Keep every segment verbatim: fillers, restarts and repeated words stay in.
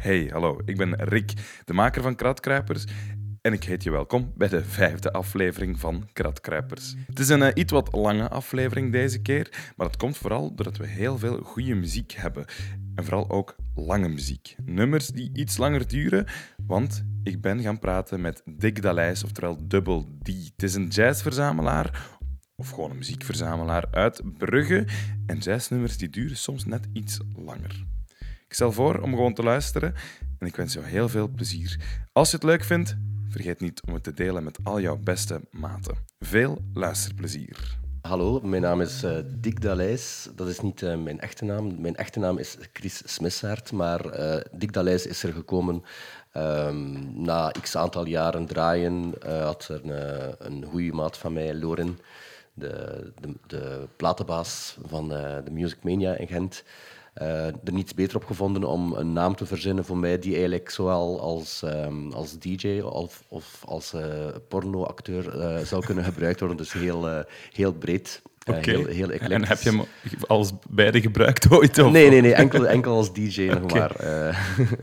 Hey, hallo, ik ben Rick, de maker van Kratkruipers. En ik heet je welkom bij de vijfde aflevering van Kratkruipers. Het is een uh, iets wat lange aflevering deze keer, maar dat komt vooral doordat we heel veel goede muziek hebben. En vooral ook lange muziek. Nummers die iets langer duren, want ik ben gaan praten met Dick Daleys, oftewel Double D. Het is een jazzverzamelaar, of gewoon een muziekverzamelaar uit Brugge. En jazznummers die duren soms net iets langer. Ik stel voor om gewoon te luisteren en ik wens jou heel veel plezier. Als je het leuk vindt, vergeet niet om het te delen met al jouw beste maten. Veel luisterplezier. Hallo, mijn naam is uh, Dick Daleys. Dat is niet uh, mijn echte naam. Mijn echte naam is Chris Smissaert, maar uh, Dick Daleys is er gekomen um, na x aantal jaren draaien. Uh, had er een, een goede maat van mij, Lorin, de, de, de platenbaas van uh, de Music Mania in Gent. Uh, er niets beter op gevonden om een naam te verzinnen voor mij die eigenlijk zowel als, um, als D J of, of als uh, pornoacteur uh, zou kunnen gebruikt worden. Dus heel, uh, heel breed. Uh, Oké. Heel, heel En heb je hem als beide gebruikt ooit? Of? Nee, nee, nee. Enkel, enkel als D J nog Okay. maar. Uh,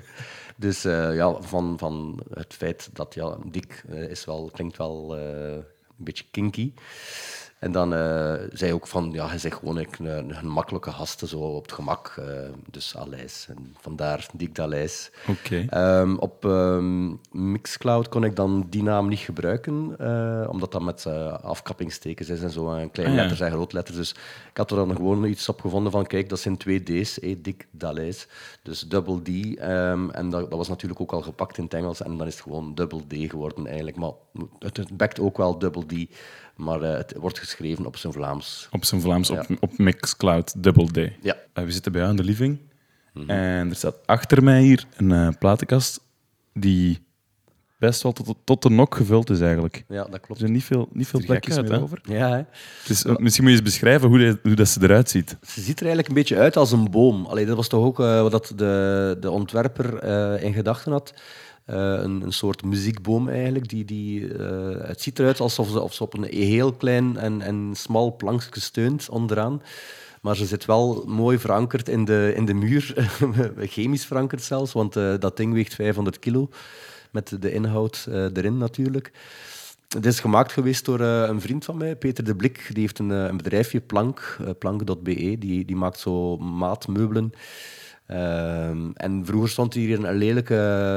dus uh, ja, van, van het feit dat ja, Dick uh, is wel, klinkt wel uh, een beetje kinky. En dan uh, zei ook van, ja, hij zegt gewoon een, een, een makkelijke gasten, zo op het gemak. Uh, dus Daleys. En vandaar Dick Daleys. Oké. Um, op um, Mixcloud kon ik dan die naam niet gebruiken, uh, omdat dat met uh, afkappingstekens is en zo, en kleine Ah, ja. letters en grootletters. Dus ik had er dan gewoon iets op gevonden van, kijk, dat zijn twee D's, hey, Dick Daleys. Dus double D. Um, en dat, dat was natuurlijk ook al gepakt in het Engels, en dan is het gewoon double D geworden eigenlijk. Maar het, het bekt ook wel double D. Maar uh, het wordt geschreven op zijn Vlaams. Op zijn Vlaams, Ja. op, op Mixcloud, Double D. Ja. Uh, we zitten bij jou in de living. Mm-hmm. En er staat achter mij hier een uh, platenkast die best wel tot, tot de nok gevuld is eigenlijk. Ja, dat klopt. Er zijn niet veel, niet veel plekjes uit, meer hè? over. Ja, hè? Dus, uh, misschien moet je eens beschrijven hoe, de, hoe dat ze eruit ziet. Ze ziet er eigenlijk een beetje uit als een boom. Allee, dat was toch ook uh, wat dat de, de ontwerper uh, in gedachten had. Uh, een, een soort muziekboom eigenlijk. Die, die, uh, het ziet eruit alsof ze, of ze op een heel klein en, en smal plankje steunt onderaan. Maar ze zit wel mooi verankerd in de, in de muur. Chemisch verankerd zelfs, want uh, dat ding weegt vijfhonderd kilo. Met de inhoud uh, erin natuurlijk. Het is gemaakt geweest door uh, een vriend van mij, Peter de Blik. Die heeft een, uh, een bedrijfje, Plank, uh, plank punt be. Die, die maakt zo maatmeubelen. Uh, en vroeger stond hier een lelijke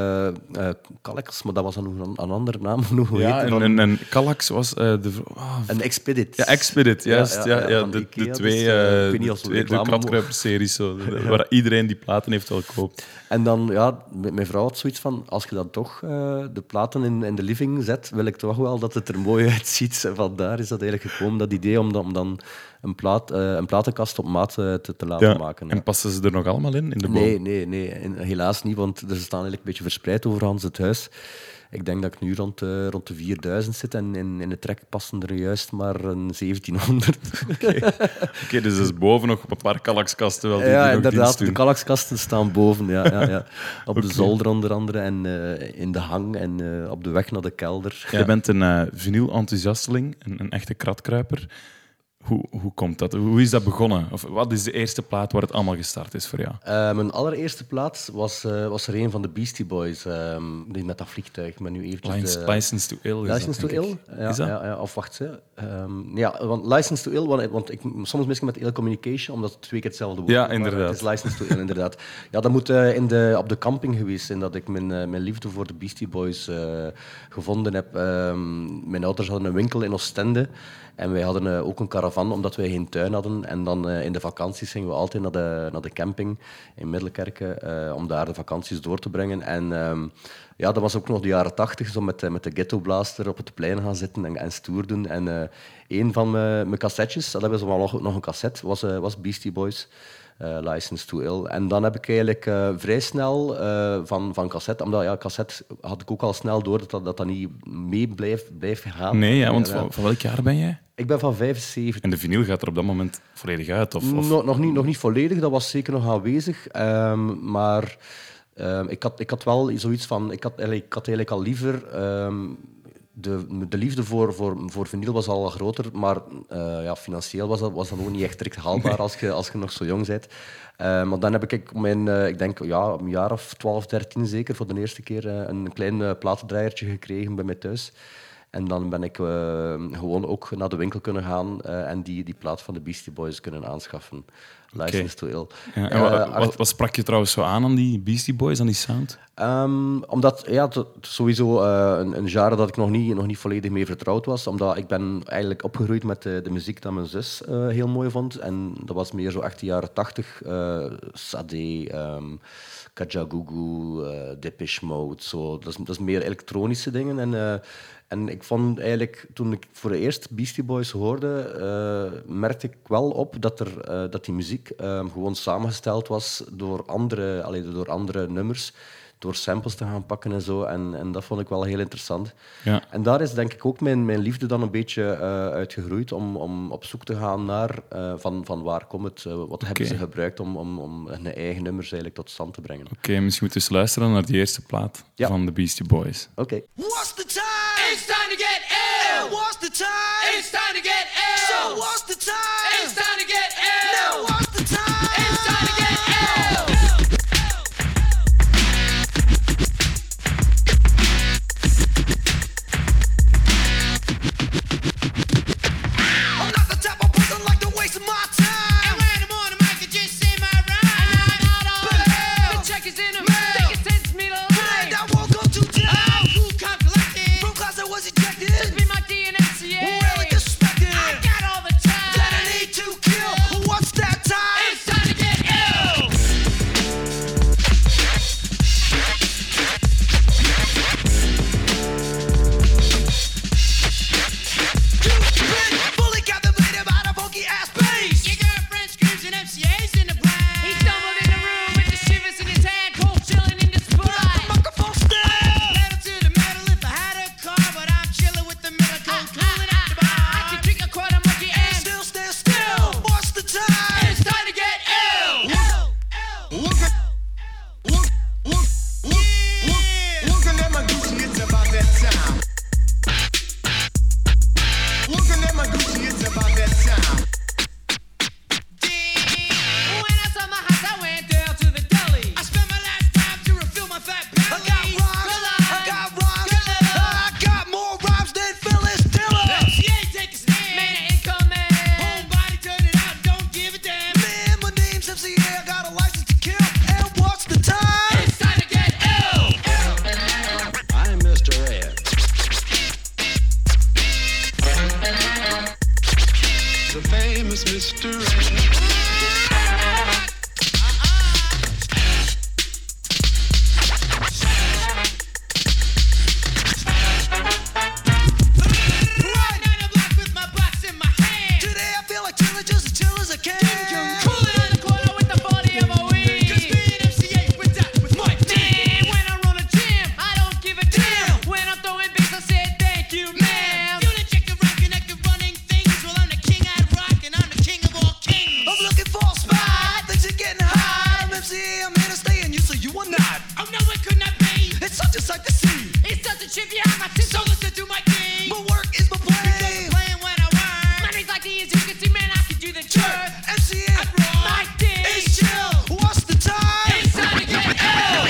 uh, Kallax, maar dat was een, een andere naam. Hoe Ja, heette en, dat? en, en Kallax was uh, de... Oh, Een Expedit. ja, Expedit, juist. Ja, ja, ja, van de, Ikea, de twee, dus, uh, uh, ik weet niet de, of we twee de reclame Kratkruipers-series, zo, waar iedereen die platen heeft wel koopt. En dan, ja, m- mijn vrouw had zoiets van, als je dan toch uh, de platen in, in de living zet, wil ik toch wel dat het er mooi uitziet. En vandaar is dat eigenlijk gekomen, dat idee om dan, om dan een, plaat, uh, een platenkast op maat uh, te, te laten Ja. maken. En Ja. passen ze er nog allemaal in, in de boom? Nee, nee, nee, en helaas niet, want ze staan eigenlijk een beetje verspreid over Hans het huis. Ik denk dat ik nu rond de, rond de vierduizend zit en in, in de trek passen er juist maar een zeventienhonderd. Oké, okay, dus dat is boven nog een paar Kallaxkasten wel die, Ja, die nog inderdaad. dienst De doen. Kallaxkasten staan boven, ja, ja, ja. Op Oké. de zolder onder andere en uh, in de hang en uh, op de weg naar de kelder. Je bent een uh, vinyl-enthousiasteling, een, een echte kratkruiper. Hoe, hoe komt dat? Hoe is dat begonnen? Of wat is de eerste plaat waar het allemaal gestart is voor jou? Uh, mijn allereerste plaats was, uh, was er een van de Beastie Boys, um, die met dat vliegtuig. Maar nu eventjes License, de... License to Ill. Is License dat, to denk Ill? ik. Ja, Is dat? ja, ja, of wacht, hè. Um, ja, want License to Ill, want, want ik soms mis ik met Ill Communication, omdat het twee keer hetzelfde woord Ja, is. Maar inderdaad. Het is License to Ill, inderdaad. Ja, dat moet uh, in de, op de camping geweest zijn dat ik mijn, uh, mijn liefde voor de Beastie Boys uh, gevonden heb. Um, mijn ouders hadden een winkel in Oostende. En wij hadden uh, ook een caravan, omdat wij geen tuin hadden. En dan uh, in de vakanties gingen we altijd naar de, naar de camping in Middelkerke, uh, om daar de vakanties door te brengen. En um, ja, dat was ook nog de jaren tachtig, zo met, uh, met de Ghetto Blaster op het plein gaan zitten en, en stoer doen. En uh, een van mijn, mijn cassettes, dat hebben ze wel nog, nog een cassette, was, uh, was Beastie Boys. Uh, License to Ill. En dan heb ik eigenlijk uh, vrij snel uh, van, van cassette, omdat ja, cassette had ik ook al snel door dat dat, dat, dat niet mee blijft, blijft gaan. Nee, ja, want Ja, van, van welk jaar ben jij? ik ben van vijfenzeventig. En de vinyl gaat er op dat moment volledig uit? Of, of... No, nog, niet, nog niet volledig, dat was zeker nog aanwezig. Um, maar um, ik, had, ik had wel zoiets van... Ik had, eigenlijk, ik had eigenlijk al liever... Um, de, de liefde voor, voor, voor vinyl was al groter, maar uh, ja, financieel was dat, was dat ook niet echt direct haalbaar als je, als je nog zo jong bent. Uh, maar dan heb ik mijn, uh, ik denk ja, een jaar of twaalf, dertien zeker, voor de eerste keer uh, een klein uh, platendraaiertje gekregen bij mij thuis. En dan ben ik uh, gewoon ook naar de winkel kunnen gaan uh, en die, die plaat van de Beastie Boys kunnen aanschaffen. License to Ill. Ja, en uh, wat, wat, wat sprak je trouwens zo aan aan die Beastie Boys, aan die sound? Um, omdat, ja, het, sowieso uh, een, een genre dat ik nog niet, nog niet volledig mee vertrouwd was. Omdat ik ben eigenlijk opgegroeid met de, de muziek dat mijn zus uh, heel mooi vond. En dat was meer zo echt de jaren tachtig. Uh, Sade, um, Kajagoogoo, uh, Depeche Mode. Zo. Dat, is, dat is meer elektronische dingen. En... Uh, En ik vond eigenlijk, toen ik voor het eerst Beastie Boys hoorde, uh, merkte ik wel op dat, er, uh, dat die muziek uh, gewoon samengesteld was door andere, allee, door andere nummers, door samples te gaan pakken en zo. En, en dat vond ik wel heel interessant. Ja. En daar is denk ik ook mijn, mijn liefde dan een beetje uh, uitgegroeid, om, om op zoek te gaan naar uh, van, van waar komt het, uh, wat okay. hebben ze gebruikt om, om, om hun eigen nummers eigenlijk tot stand te brengen. Oké, okay, misschien moeten we eens luisteren naar die eerste plaat ja. van de Beastie Boys. Oké. Okay. What's the time? It's time to get ill. What's the time? It's time to get ill. So what's the time? It's time to get ill. Now what's the time? It's time to get ill. I'm not the type of person like to waste my time. And when I'm on the mic, I just say my rhyme. Not all the mail. The check is in the mail. Think it sends me to life. And I won't go too down. Oh, who come collecting? From class I was ejected. Just be my D and M C A. Really disrespected. I got all the time that I need to kill. What's that time? It's time to get ill. You've been fully captivated by the funky ass bass. Your girlfriend screams and M C A's in the plan. He stumbled in the room with the shivers in his hand, cold chilling in the spot. Without the microphone still. Pedal to the metal if I had a car, but I'm chilling with the middle code, cooling at the bar. I can drink a quarter monkey and still stand still. What's the time? It's time to get ill. Looking at my Gucci, it's about that time. Looking at my Gucci, it's about that time. When I saw my house, I went down to the deli. I spent my last time to refill my fat belly. I got rhymes, I got rhymes, I got more rhymes than Phyllis Diller. M C A take a stand, man, it incoming. Homebody turn it out, don't give a damn. Man, my name's M C A, I got a license to kill. And what's the time? It's time to get ill. I'm Mister Ed. The famous Mister Ed. Riding on the block with my box in my hand. Today I feel like chilling, just as chill as I can. Cooling on the corner with the body of a weed. Cause being M C A with that, with my damn. When I run a gym, I don't give a damn. When I'm throwing bass, I say thank you, ma'am. You done check the rock and I can running things. Well, I'm the king at rock and I'm the king of all kings. I'm looking for a spot, things are getting hot. I'm M C A, I'm here to stay, and you say you are not. Oh no, it could not be. It's such a sight to see. It's such a trip, yeah, my tip. So listen to my thing. My work is my play. Because I'm playing when I work. Money's like the as you can see, man, I can do the jerk. M C A, my thing is chill. What's the time? It's time to get ill.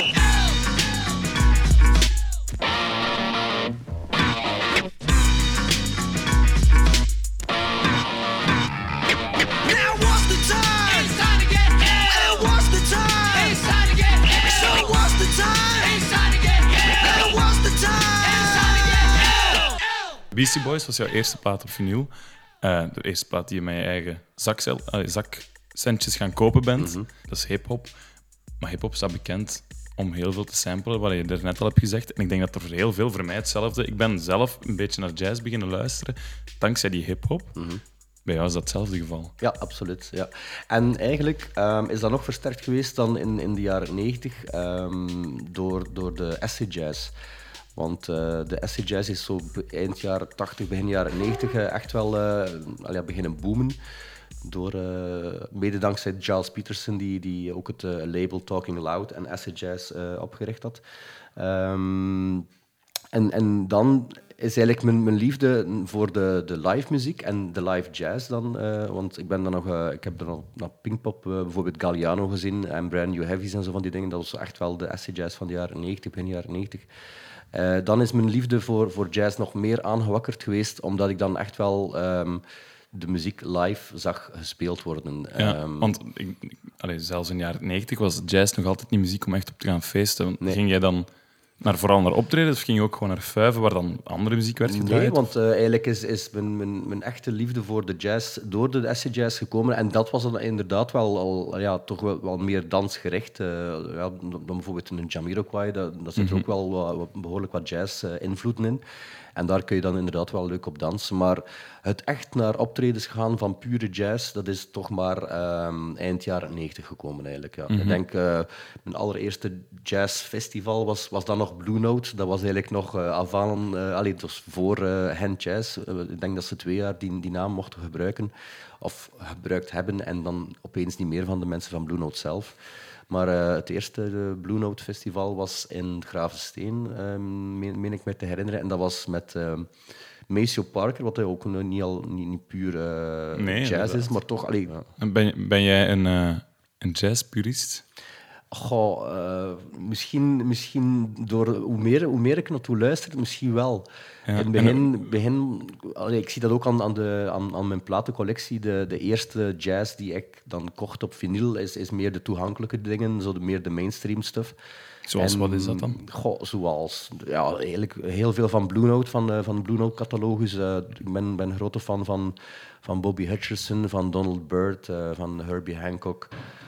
Now what's the time? It's time to get ill. And what's the time? It's time to get ill. So what's the time? It's time to get ill. And what's the time? It's time to get ill. Beastie Boys was jouw eerste plaat op vinyl. Uh, de eerste plaat die je met je eigen zakcel, uh, zakcentjes gaan kopen bent. Mm-hmm. Dat is hip-hop. Maar hip-hop staat bekend om heel veel te samplen, wat je daarnet al hebt gezegd. En ik denk dat er voor heel veel, voor mij hetzelfde. Ik ben zelf een beetje naar jazz beginnen luisteren, dankzij die hip-hop. Mm-hmm. Bij jou is dat hetzelfde geval. Ja, absoluut. Ja. En eigenlijk um, is dat nog versterkt geweest dan in, in de jaren negentig um, door, door de acid jazz. Want uh, de acid jazz is zo eind jaren tachtig, begin jaren negentig uh, echt wel uh, al ja, beginnen boomen. Door, uh, mede dankzij Giles Peterson, die, die ook het uh, label Talking Loud en acid jazz uh, opgericht had. Um, En, en dan is eigenlijk mijn, mijn liefde voor de, de live muziek en de live jazz dan. eh, want ik, ben dan nog, eh, ik heb dan nog naar Pinkpop eh, bijvoorbeeld Galliano gezien en Brand New Heavies en zo van die dingen. Dat was echt wel de acid jazz van de jaren negentig, begin jaren negentig. Eh, dan is mijn liefde voor, voor jazz nog meer aangewakkerd geweest, omdat ik dan echt wel ehm, de muziek live zag gespeeld worden. Ja, Ehm, want ik, ik- allee, zelfs in de jaren negentig was jazz nog altijd niet muziek om echt op te gaan feesten. Want Nee. Ging jij dan naar, vooral naar optredens of ging je ook gewoon naar fuiven waar dan andere muziek werd gedraaid? Nee, want eh, eigenlijk is, is mijn, mijn, mijn echte liefde voor de jazz door de acid jazz gekomen. En dat was dan inderdaad wel al, ja, toch wel, wel meer dansgericht. eh, ja, dan bijvoorbeeld in een Jamiroquai, daar daar zit er ook wel wat, wat- behoorlijk wat jazz-invloeden in. En daar kun je dan inderdaad wel leuk op dansen. Maar het echt naar optredens gaan van pure jazz, dat is toch maar ehm, eind jaren negentig gekomen eigenlijk. Ja. Ik denk, eh, mijn allereerste jazzfestival was, was dan nog Blue Note. Dat was eigenlijk nog uh, avant, uh, allee, het was voor uh, Hen Jazz. Uh, ik denk dat ze twee jaar die, die naam mochten gebruiken, of gebruikt hebben, en dan opeens niet meer van de mensen van Blue Note zelf. Maar uh, het eerste uh, Blue Note Festival was in Gravensteen, um, meen, meen ik me te herinneren. En dat was met uh, Maceo Parker, wat ook uh, niet, al, niet, niet puur uh, Nee, jazz inderdaad. is, maar toch... Allee, En Ben, ben jij een, eh een jazzpurist? goh, uh, misschien, misschien door hoe meer, hoe meer ik naartoe luister, misschien wel. Ja, In en het begin, begin allee, ik zie dat ook aan, aan, de, aan, aan mijn platencollectie. De, de eerste jazz die ik dan kocht op vinyl is, is meer de toegankelijke dingen, zo de, meer de mainstream stuff. Zoals En, wat is dat dan? Goh, zoals ja, eigenlijk heel veel van Blue Note, van, uh, van de Blue Note catalogus. Uh, ik ben, ben een grote fan van, van Bobby Hutcherson, van Donald Byrd, uh, van Herbie Hancock.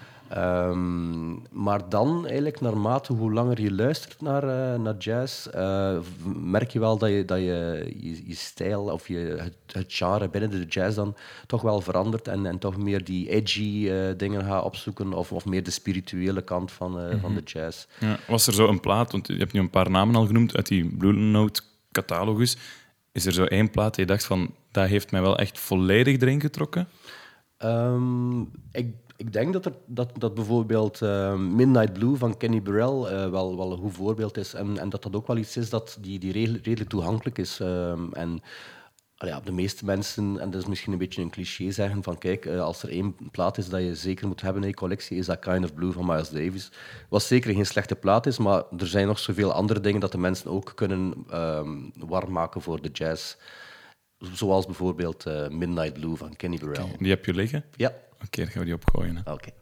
Um, maar dan, eigenlijk, naarmate hoe langer je luistert naar, uh, naar jazz, uh, merk je wel dat je dat je, je, je stijl of je, het, het genre binnen de jazz dan toch wel verandert en, en toch meer die edgy uh, dingen gaat opzoeken of, of meer de spirituele kant van, uh, mm-hmm. van de jazz. Ja, was er zo een plaat, want je hebt nu een paar namen al genoemd uit die Blue Note catalogus. Is er zo één plaat die je dacht van, dat heeft mij wel echt volledig erin getrokken? Um, ik Ik denk dat, er, dat, dat bijvoorbeeld uh, Midnight Blue van Kenny Burrell uh, wel, wel een goed voorbeeld is. En, en dat dat ook wel iets is dat die, die redelijk, redelijk toegankelijk is. Um, en allee, ja, de meeste mensen, en dat is misschien een beetje een cliché zeggen, van kijk, uh, als er één plaat is dat je zeker moet hebben in je collectie, is dat Kind of Blue van Miles Davis. Wat zeker geen slechte plaat is, maar er zijn nog zoveel andere dingen dat de mensen ook kunnen um, warm maken voor de jazz. Zoals bijvoorbeeld uh, Midnight Blue van Kenny Burrell. Okay, die heb je liggen? Ja. Oké, okay, dan gaan we die opgooien. Oké. Okay.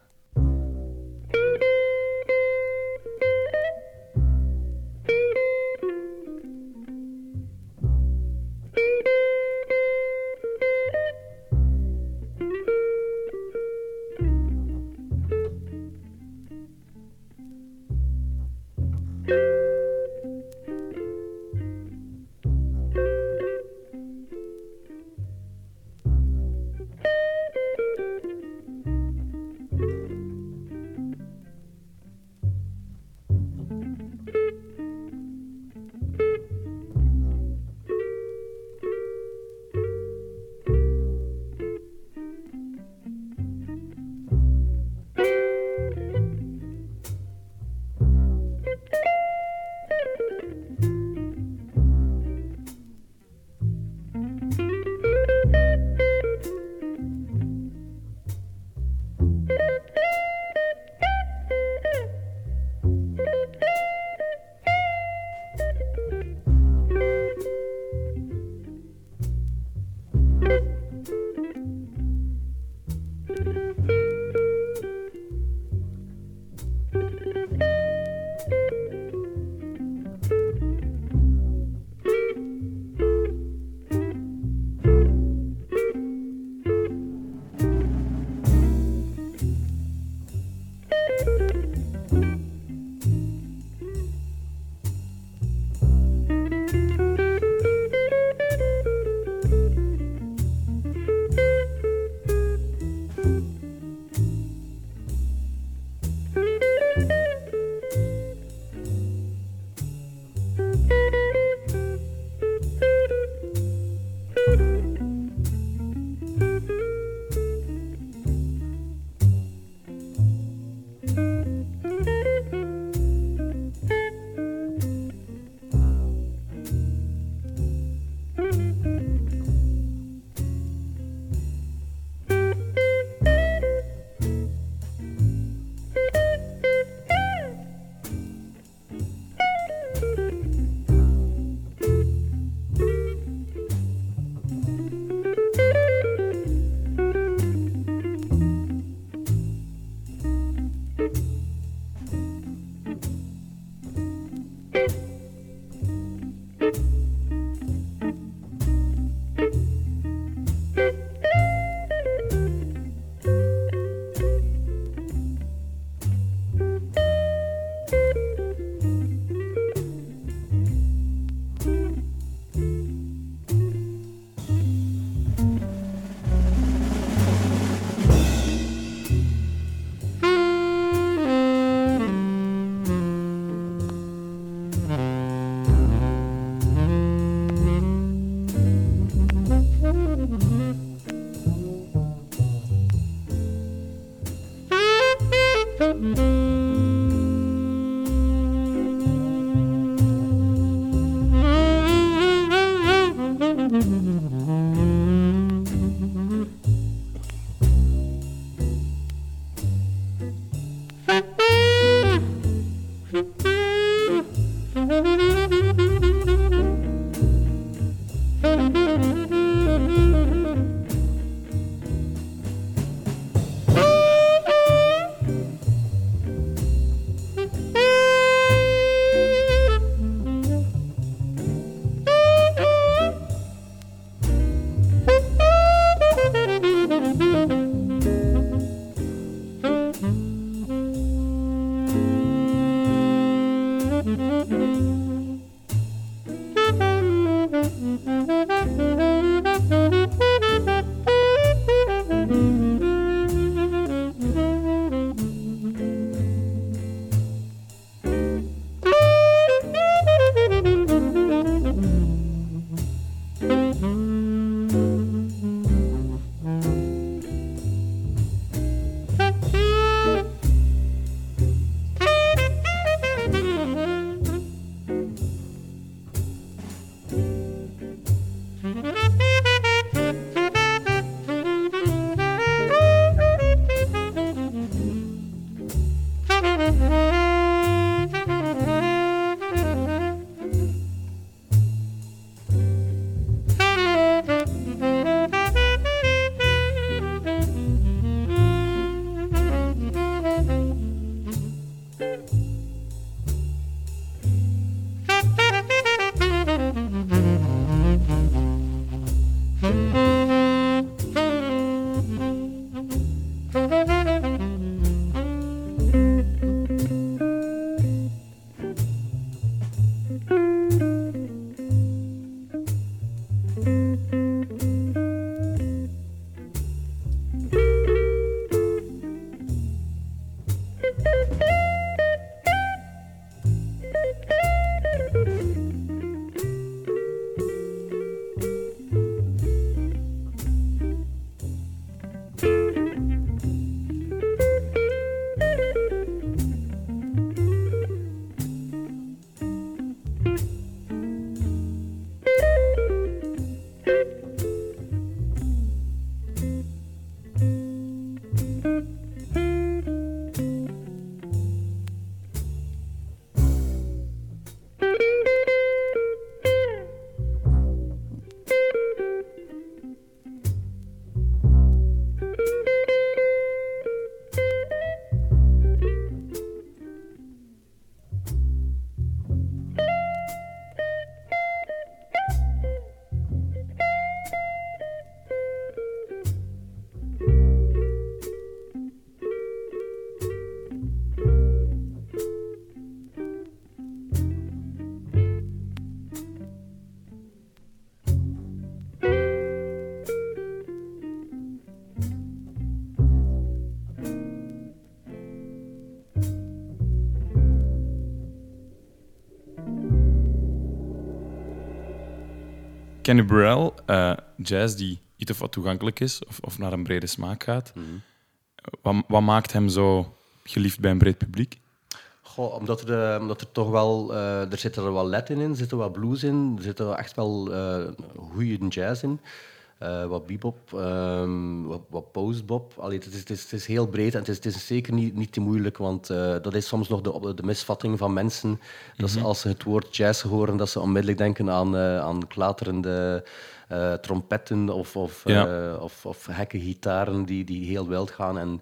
Kenny Burrell, uh, jazz die iets of wat toegankelijk is of, of naar een brede smaak gaat. Mm-hmm. Wat, wat maakt hem zo geliefd bij een breed publiek? Goh, omdat, er, uh, omdat er toch wel... Uh, er zit er wel Latin in, er zit er wat blues in, er zit er echt wel uh, goede jazz in. Uh, wat bebop, um, wat, wat postbop. Allee, het, is, het, is, het is heel breed en het is, het is zeker niet, niet te moeilijk, want uh, dat is soms nog de, de misvatting van mensen. Mm-hmm. Dat ze, als ze het woord jazz horen, dat ze onmiddellijk denken aan, uh, aan klaterende uh, trompetten of, of, ja. uh, of, of gekke gitaren die, die heel wild gaan. En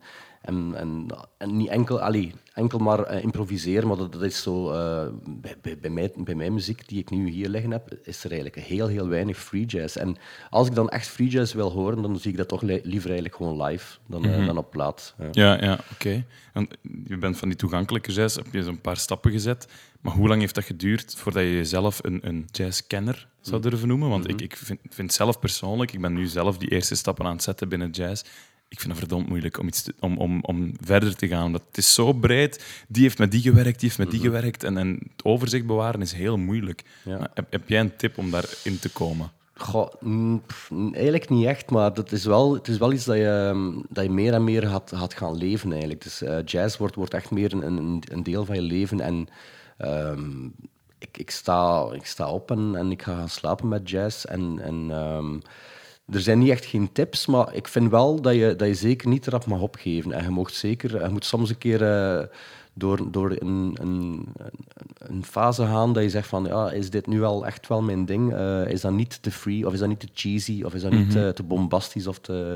En, en, en niet enkel, allee, enkel maar uh, improviseren, maar dat, dat is zo... Uh, bij, bij, bij, mij, bij mijn muziek die ik nu hier liggen heb, is er eigenlijk heel, heel weinig free jazz. En als ik dan echt free jazz wil horen, dan zie ik dat toch li- liever eigenlijk gewoon live dan, uh, Mhm. dan op plaat. Ja. Ja, ja, oké. Want je bent van die toegankelijke jazz, heb je zo'n paar stappen gezet. Maar hoe lang heeft dat geduurd voordat je jezelf een, een jazzkenner zou durven noemen? Want ik, ik vind, vind zelf persoonlijk, ik ben nu zelf die eerste stappen aan het zetten binnen jazz. Ik vind het verdomd moeilijk om, iets te- om, om, om verder te gaan. Omdat het is zo breed. Die heeft met die gewerkt, die heeft met die gewerkt. En, en het overzicht bewaren is heel moeilijk. Ja. Maar Heb, heb jij een tip om daarin te komen? Goh, mm, pff, eigenlijk niet echt, maar dat is wel, het is wel iets dat je, mm, dat je meer en meer gaat, gaat gaan leven eigenlijk. Dus eh, jazz wordt, wordt echt meer een, een, een deel van je leven. En ehm, ik, ik, sta, ik sta op en, en ik ga gaan slapen met jazz. En, en ehm, er zijn niet echt geen tips, maar ik vind wel dat je, dat je zeker niet erop mag opgeven. En je, mocht zeker, je moet soms een keer eh, door, door een, een, een fase gaan dat je zegt van, ja, is dit nu wel echt wel mijn ding? Eh, is dat niet te free, of is dat niet te cheesy, of is dat niet te, te bombastisch, of te...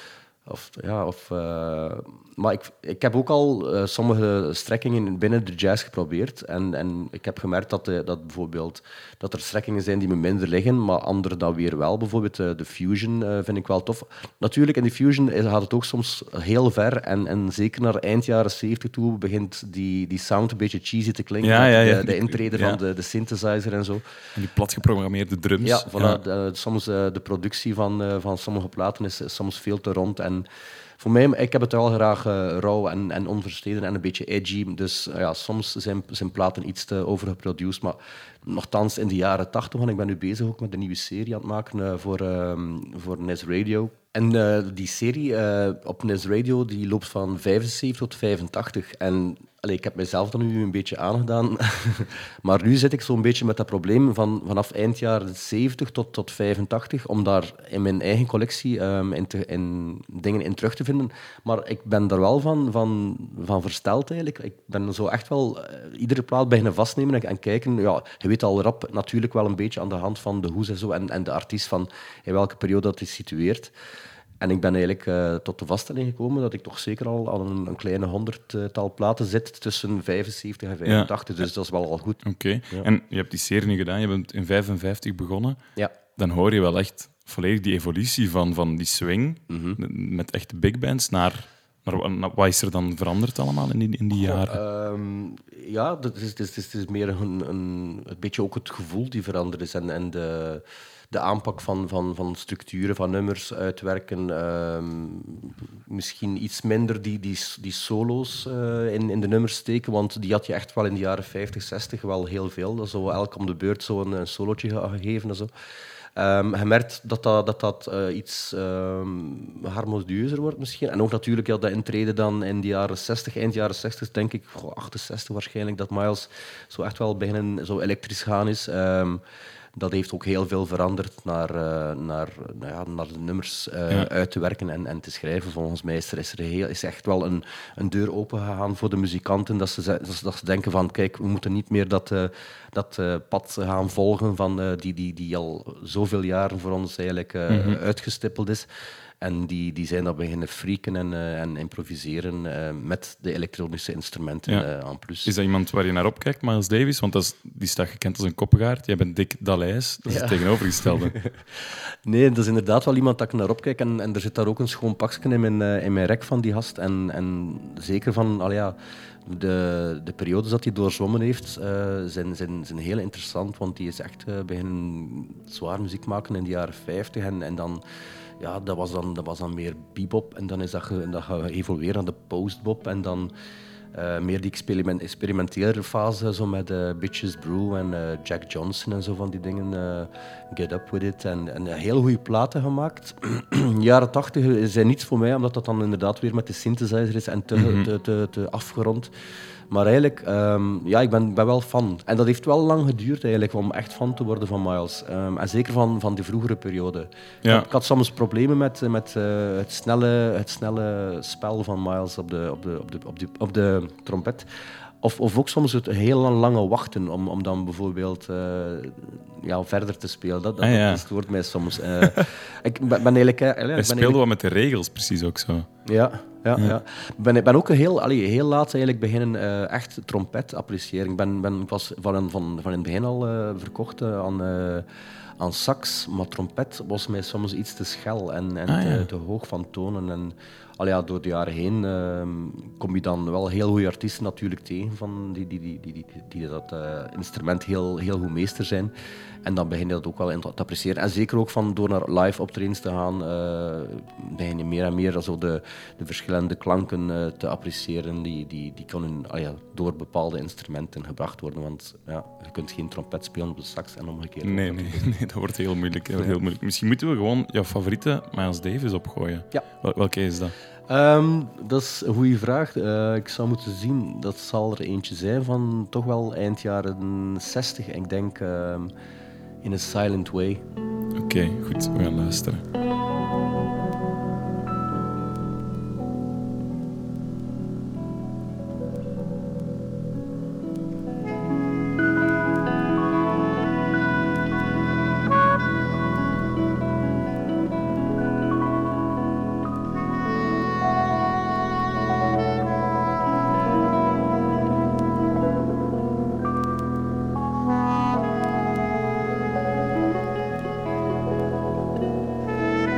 Of, ja, of, uh, maar ik, ik heb ook al uh, sommige strekkingen binnen de jazz geprobeerd. En, en ik heb gemerkt dat, de, dat bijvoorbeeld dat er strekkingen zijn die me minder liggen, maar andere dan weer wel. Bijvoorbeeld uh, de fusion uh, vind ik wel tof. Natuurlijk, in de fusion gaat het ook soms heel ver. En, en zeker naar eind jaren zeventig toe begint die, die sound een beetje cheesy te klinken. Ja, ja, ja. De, de intrede Ja. van de, de synthesizer en zo. En die platgeprogrammeerde drums. Ja, voilà, de- soms uh, de productie van, uh, van sommige platen is, is soms veel te rond. En voor mij, ik heb het wel graag uh, rauw en, en onversteden en een beetje edgy. Dus uh, ja, soms zijn, zijn platen iets te overgeproduced. Maar nochtans, in de jaren tachtig, want ik ben nu bezig ook met een nieuwe serie aan het maken uh, voor, um, voor N E S Radio. En uh, die serie uh, op N E S Radio die loopt van vijfenzeventig tot vijfentachtig. En allee, ik heb mezelf dan nu een beetje aangedaan. Maar nu zit ik zo'n beetje met dat probleem van vanaf eind jaren zeventig tot, tot vijfentachtig, om daar in mijn eigen collectie um, in, te, in dingen in terug te vinden. Maar ik ben daar wel van, van, van versteld eigenlijk. Ik ben zo echt wel uh, iedere plaat beginnen vastnemen en, en kijken. Ja, je weet al rap natuurlijk wel een beetje aan de hand van de hoes en zo en, en de artiest van in welke periode dat is situeert. En ik ben eigenlijk uh, tot de vaststelling gekomen dat ik toch zeker al aan een, een kleine honderdtal platen zit tussen vijfenzeventig en vijfentachtig. Ja. Dus dat is wel al goed. Oké. Ja. En je hebt die serie nu gedaan, je bent in vijfenvijftig begonnen. Ja. Dan hoor je wel echt volledig die evolutie van, van die swing Mhm. met echte big bands naar, naar, naar wat is er dan veranderd allemaal in die, in die jaren? Ehm, ja, dat is, het is, het is meer een, een, een beetje ook het gevoel die veranderd is en, en de, de aanpak van, van, van structuren, van nummers uitwerken. Ehm, misschien iets minder die, die, die solo's uh, in, in de nummers steken, want die had je echt wel in de jaren vijftig, zestig wel heel veel. Dat zo elk om de beurt zo een, een solootje gegeven en zo. Um, je merkt dat dat, dat, dat uh, iets um, harmonieuzer wordt misschien. En ook natuurlijk ja, dat intreden dan in de jaren zestig, eind jaren zestig, denk ik, goh, achtenzestig waarschijnlijk, dat Miles zo echt wel beginnen zo elektrisch gaan is. Um, dat heeft ook heel veel veranderd naar, uh, naar, nou ja, naar de nummers uh, Ja. uit te werken en, en te schrijven. Volgens mij is er, is er heel, is echt wel een, een deur open gegaan voor de muzikanten. Dat ze, dat ze, dat ze denken van, kijk, we moeten niet meer dat, uh, dat uh, pad gaan volgen van, uh, die, die, die al zoveel jaren voor ons eigenlijk uh, Mhm. uitgestippeld is. En die, die zijn dan beginnen freaken en, uh, en improviseren uh, met de elektronische instrumenten Ja. uh, aan plus. Is dat iemand waar je naar opkijkt, Miles Davis? Want dat is, die staat gekend als een koppengaard. Jij bent Dick Daleis, dat is Ja. het tegenovergestelde. Nee, dat is inderdaad wel iemand dat ik naar opkijk. En, en er zit daar ook een schoon pakje in mijn, uh, in mijn rek van die gast. En, en zeker van allee, ja, de, de periodes dat hij doorzwommen heeft, uh, zijn, zijn, zijn heel interessant. Want die is echt uh, beginnen zwaar muziek maken in de jaren vijftig. En, en dan... Ja, dat was dan, dat was dan meer bebop en dan is dat, ge, dat geëvolueerd naar de postbop en dan uh, meer die experiment, experimentele fase zo met uh, Bitches Brew en uh, Jack Johnson en zo van die dingen, uh, Get Up With It en, en heel goede platen gemaakt. Jaren tachtig zijn niets voor mij, omdat dat dan inderdaad weer met de synthesizer is en te, Mhm. te, te, te afgerond. Maar eigenlijk, um, ja, ik ben, ben wel fan. En dat heeft wel lang geduurd eigenlijk om echt fan te worden van Miles. Um, en zeker van, van de vroegere periode. Ja. Ik, had, ik had soms problemen met, met uh, het, snelle, het snelle spel van Miles op de, op de, op de, op de, op de trompet. Of, of ook soms het heel lang, lange wachten om, om dan bijvoorbeeld uh, ja, verder te spelen. Dat, dat, Ah, ja. dat stoort mij soms. Uh, ik ben, ben eigenlijk... Uh, ja, Hij ben speelde eigenlijk wat met de regels, precies ook zo. ja, ja, ja. Ik ben, ik ben ook heel, allee, heel laat eigenlijk beginnen uh, echt trompet appreciëren. Ik ben, ben, ik was van, van, van in het begin al uh, verkocht uh, aan, uh, aan sax, maar trompet was mij soms iets te schel en, en Ah, ja. te, te hoog van tonen. En, allee, ja, door de jaren heen uh, kom je dan wel heel goede artiesten natuurlijk tegen van die, die, die, die, die, die dat uh, instrument heel, heel goed meester zijn. En dan begin je dat ook wel te appreciëren. En zeker ook van door naar live optredens te gaan, uh, begin je meer en meer zo de, de verschillende klanken uh, te appreciëren die, die, die kunnen ah ja, door bepaalde instrumenten gebracht worden. Want ja, je kunt geen trompet spelen op de sax en omgekeerd. Nee, nee, nee, dat wordt heel moeilijk, heel, heel moeilijk. Misschien moeten we gewoon jouw favoriete Miles Davis opgooien. Ja. Wel, welke is dat? Um, dat is een goede vraag. Uh, ik zou moeten zien, dat zal er eentje zijn van toch wel eind jaren zestig. Ik denk uh, In a Silent Way. Oké, okay, goed. We gaan luisteren. Thank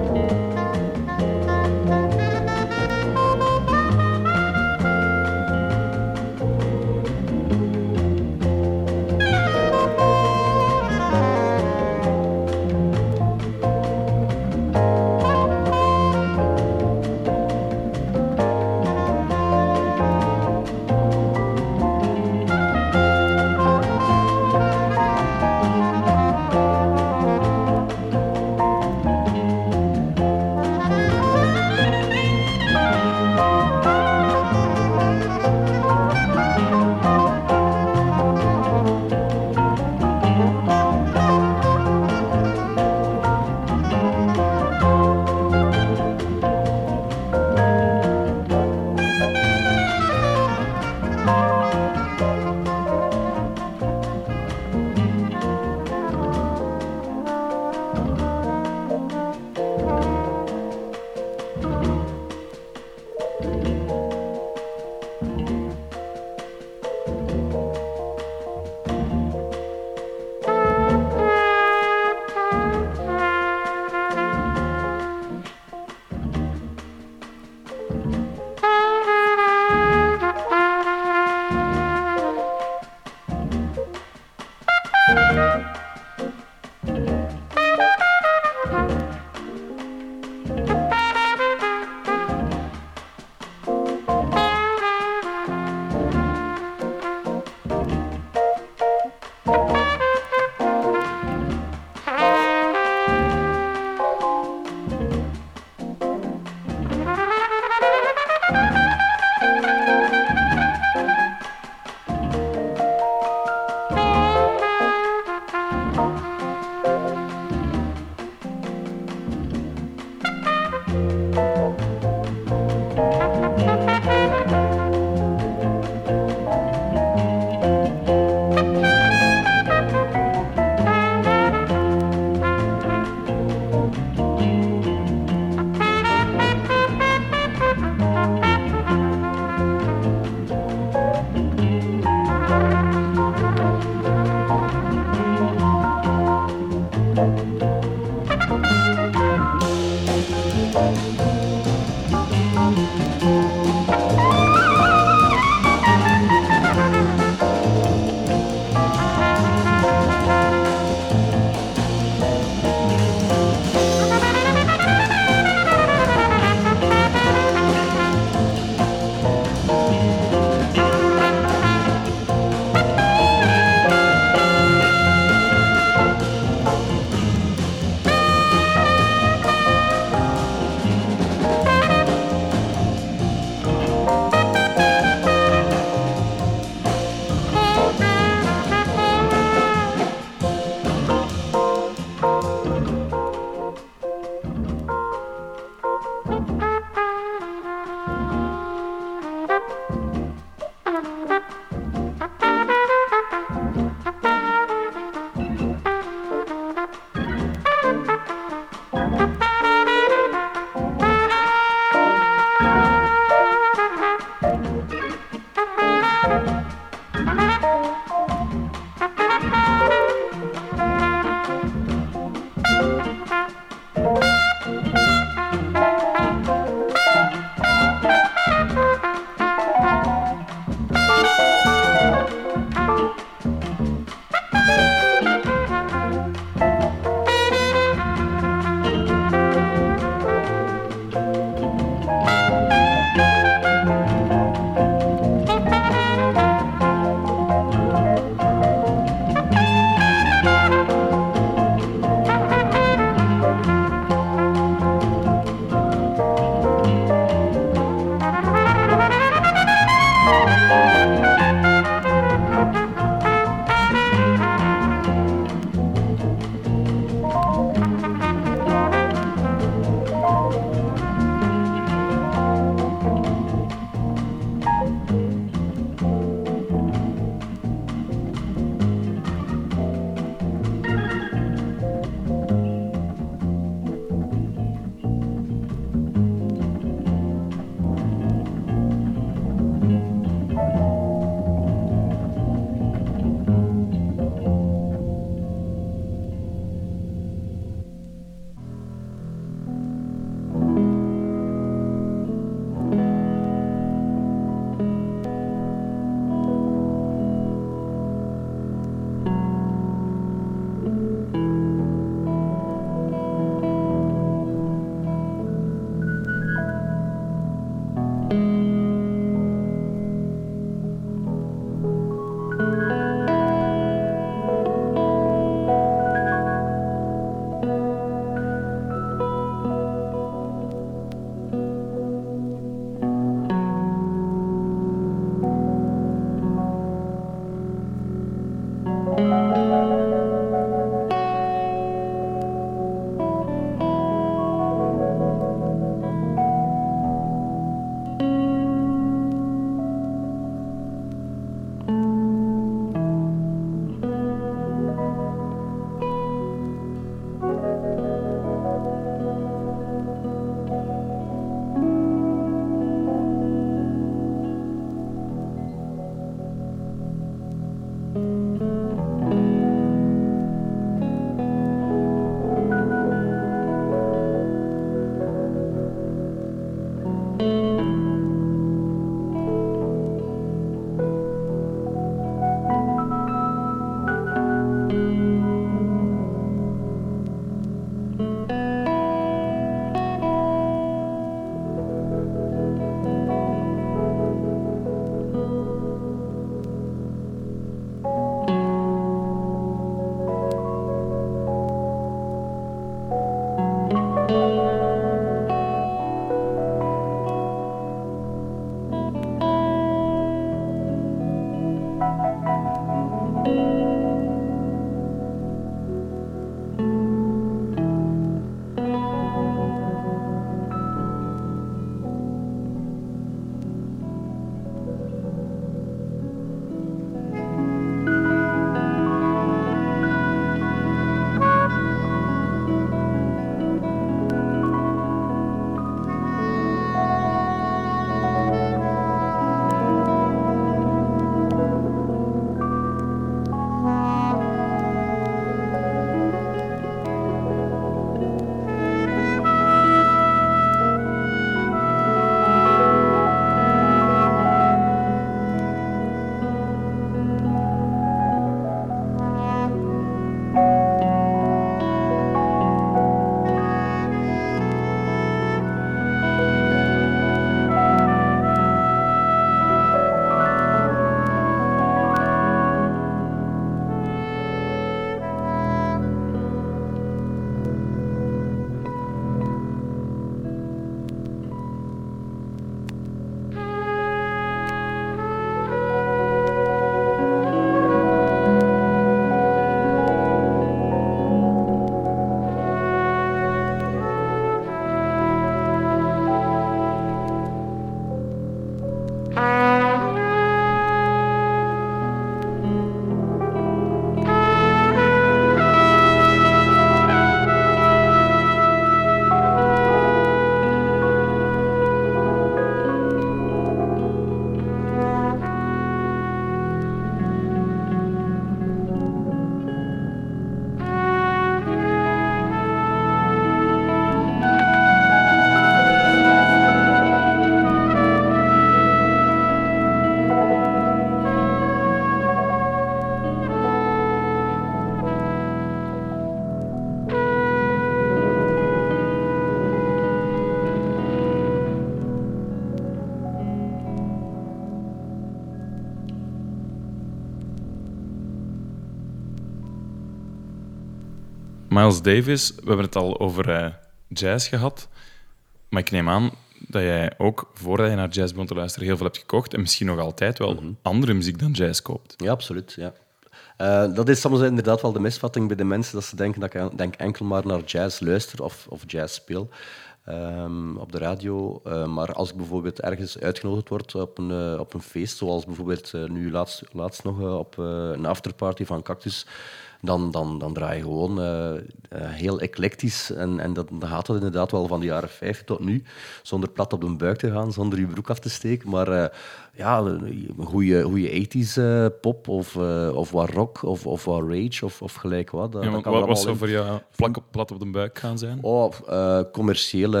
Miles Davis, we hebben het al over uh, jazz gehad. Maar ik neem aan dat jij ook, voordat je naar jazz begon te luisteren, heel veel hebt gekocht. En misschien nog altijd wel mm-hmm. andere muziek dan jazz koopt. Ja, absoluut. Ja. Uh, dat is soms inderdaad wel de misvatting bij de mensen, dat ze denken dat ik denk enkel maar naar jazz luister of, of jazz speel. Um, op de radio. Uh, maar als ik bijvoorbeeld ergens uitgenodigd word op een, uh, op een feest, zoals bijvoorbeeld uh, nu laatst, laatst nog uh, op uh, een afterparty van Cactus, dan, dan, dan draai je gewoon uh, uh, heel eclectisch. En, en dat, dan gaat dat inderdaad wel van de jaren vijftig tot nu, zonder plat op de buik te gaan, zonder je broek af te steken. Maar uh, ja, een goede eighties uh, pop of, uh, of wat rock of, of wat rage of, of gelijk wat. Dat, ja, dat kan wat was in... zo voor jou plak op, plat op de buik gaan zijn? Oh, uh, commerciële...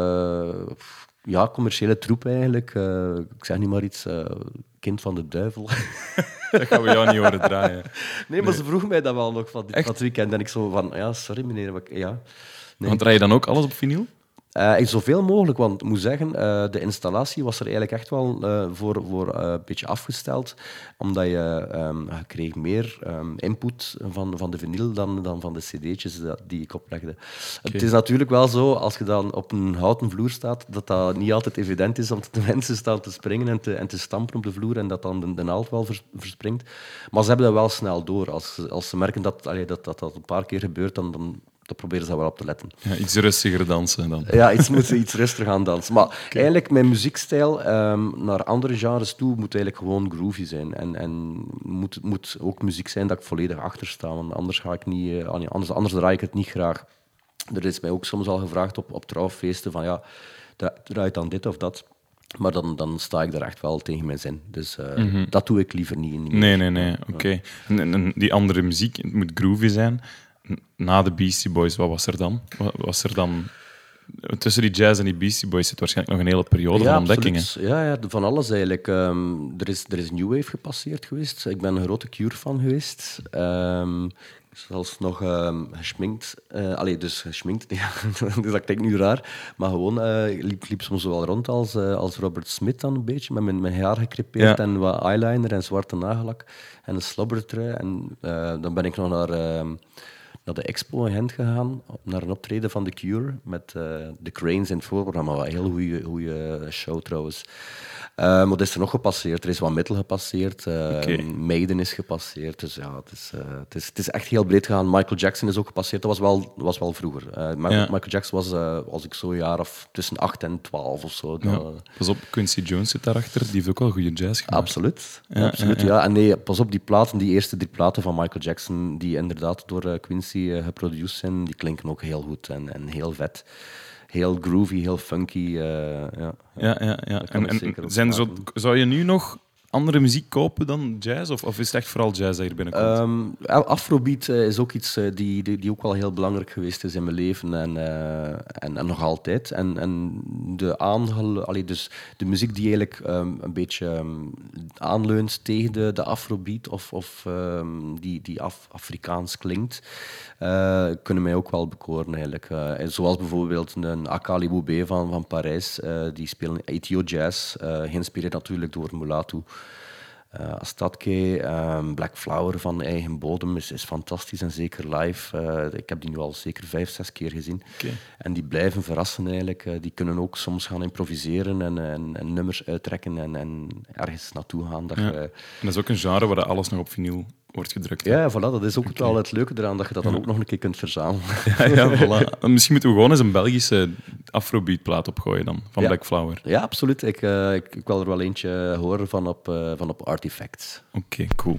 Ja, commerciële troep eigenlijk. Uh, ik zeg niet maar iets... Uh, kind van de duivel. Dat gaan we jou niet horen draaien. Nee, maar nee. Ze vroegen mij dat wel nog van dit dat weekend. En ik zo van... Ja, sorry meneer. Maar, ja. Nee. Want draai je dan ook alles op vinyl? Uh, zoveel mogelijk, want ik moet zeggen, uh, de installatie was er eigenlijk echt wel uh, voor, voor uh, een beetje afgesteld, omdat je, um, je kreeg meer um, input van, van de vinyl dan, dan van de cd'tjes die ik oplegde. Okay. Het is natuurlijk wel zo, als je dan op een houten vloer staat, dat dat niet altijd evident is, omdat de mensen staan te springen en te, en te stampen op de vloer en dat dan de, de naald wel vers, verspringt. Maar ze hebben dat wel snel door. Als, als ze merken dat, allee, dat, dat dat een paar keer gebeurt, dan... dan Dan proberen ze daar wel op te letten. Ja, iets rustiger dansen dan. Ja, iets moeten iets rustiger gaan dansen. Maar okay. Eigenlijk, mijn muziekstijl um, naar andere genres toe moet eigenlijk gewoon groovy zijn. En, en moet, moet ook muziek zijn dat ik volledig achter sta. Want anders, ga ik niet, uh, anders, anders draai ik het niet graag. Er is mij ook soms al gevraagd op, op trouwfeesten van ja, draai dan dit of dat. Maar dan, dan sta ik daar echt wel tegen mijn zin. Dus uh, mm-hmm. dat doe ik liever niet. niet nee, nee, nee. Oké. Okay. En, en die andere muziek, het moet groovy zijn. Na de Beastie Boys, wat was er dan? Wat was er dan... Tussen die jazz en die Beastie Boys zit waarschijnlijk nog een hele periode ja, van ontdekkingen. Absoluut. Ja, ja, van alles eigenlijk. Um, er, is, er is New Wave gepasseerd geweest. Ik ben een grote Cure-fan geweest. Um, zelfs nog um, geschminkt. Uh, allee, dus geschminkt. Ja, dus dat klinkt nu raar. Maar gewoon uh, liep, liep soms wel rond als, uh, als Robert Smith dan een beetje. Met mijn, mijn haar gekrepeerd ja. en wat eyeliner en zwarte nagellak. En een slobbertrui. En uh, dan ben ik nog naar... Uh, naar de Expo in Gent gegaan, naar een optreden van The Cure met uh, The Cranes in het voorprogramma. Een heel goede show trouwens. Uh, maar wat is er nog gepasseerd? Er is wat metal gepasseerd, uh, okay. Maiden is gepasseerd. Dus ja, het is, uh, het, is, het is echt heel breed gegaan. Michael Jackson is ook gepasseerd, dat was wel, was wel vroeger. Uh, Michael, ja. Michael Jackson was, uh, als ik zo'n jaar of tussen acht en twaalf of zo. Ja. Dat, pas op, Quincy Jones zit daarachter, die heeft ook wel goede jazz gemaakt. Absoluut, ja, absoluut ja, ja. ja. En nee, pas op, die platen, die eerste drie platen van Michael Jackson, die inderdaad door uh, Quincy uh, geproduceerd zijn, die klinken ook heel goed en, en heel vet. Heel groovy, heel funky. Uh, ja, ja, ja. ja, ja. En, en zijn er zo, zou je nu nog andere muziek kopen dan jazz? Of, of is het echt vooral jazz dat hier binnenkomt? Um, Afrobeat uh, is ook iets uh, die, die, die ook wel heel belangrijk geweest is in mijn leven. En, uh, en, en nog altijd. En, en de, aangel, allee, dus de muziek die eigenlijk um, een beetje um, aanleunt tegen de, de Afrobeat of, of um, die, die Af- Afrikaans klinkt, uh, kunnen mij ook wel bekoren eigenlijk. Uh, zoals bijvoorbeeld een Akali Boubé van, van Parijs. Uh, die spelen Ethio Jazz, uh, geïnspireerd natuurlijk door Mulatu. Uh, Astatke, um, Black Flower van eigen bodem is, is fantastisch en zeker live. Uh, ik heb die nu al zeker vijf, zes keer gezien. Okay. En die blijven verrassen eigenlijk. Uh, die kunnen ook soms gaan improviseren en, en, en nummers uittrekken en, en ergens naartoe gaan. Dat ja. je... En dat is ook een genre waar alles nog op vinyl wordt gedrukt. Ja, voilà, dat is ook okay. wel het leuke eraan, dat je dat dan ja. ook nog een keer kunt verzamelen. Ja, ja, voilà. Misschien moeten we gewoon eens een Belgische Afrobeat-plaat opgooien dan, van ja. Black Flower. Ja, absoluut. Ik, uh, ik, ik wil er wel eentje horen van op, uh, van op Artifacts. Oké, okay, cool.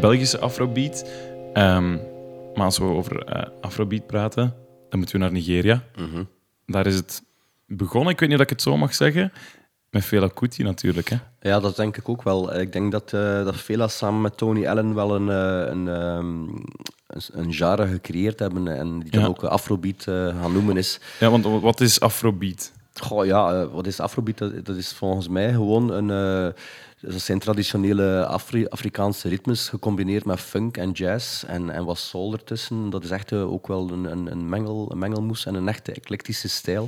Belgische afrobeat. Um, maar als we over uh, afrobeat praten, dan moeten we naar Nigeria. Mhm. Daar is het begonnen, ik weet niet of ik het zo mag zeggen, met Fela Kuti natuurlijk. Hè? Ja, dat denk ik ook wel. Ik denk dat, uh, dat Fela samen met Tony Allen wel een, uh, een, um, een, een genre gecreëerd hebben en die dan Ja. ook Afrobeat uh, gaan noemen is. Ja, want wat is afrobeat? Goh, ja, uh, wat is Afrobeat? Dat, dat is volgens mij gewoon een... Uh, dat zijn traditionele Afri- Afrikaanse ritmes gecombineerd met funk en jazz en, en wat soul ertussen. Dat is echt uh, ook wel een, een, een, mengel, een mengelmoes en een echte eclectische stijl.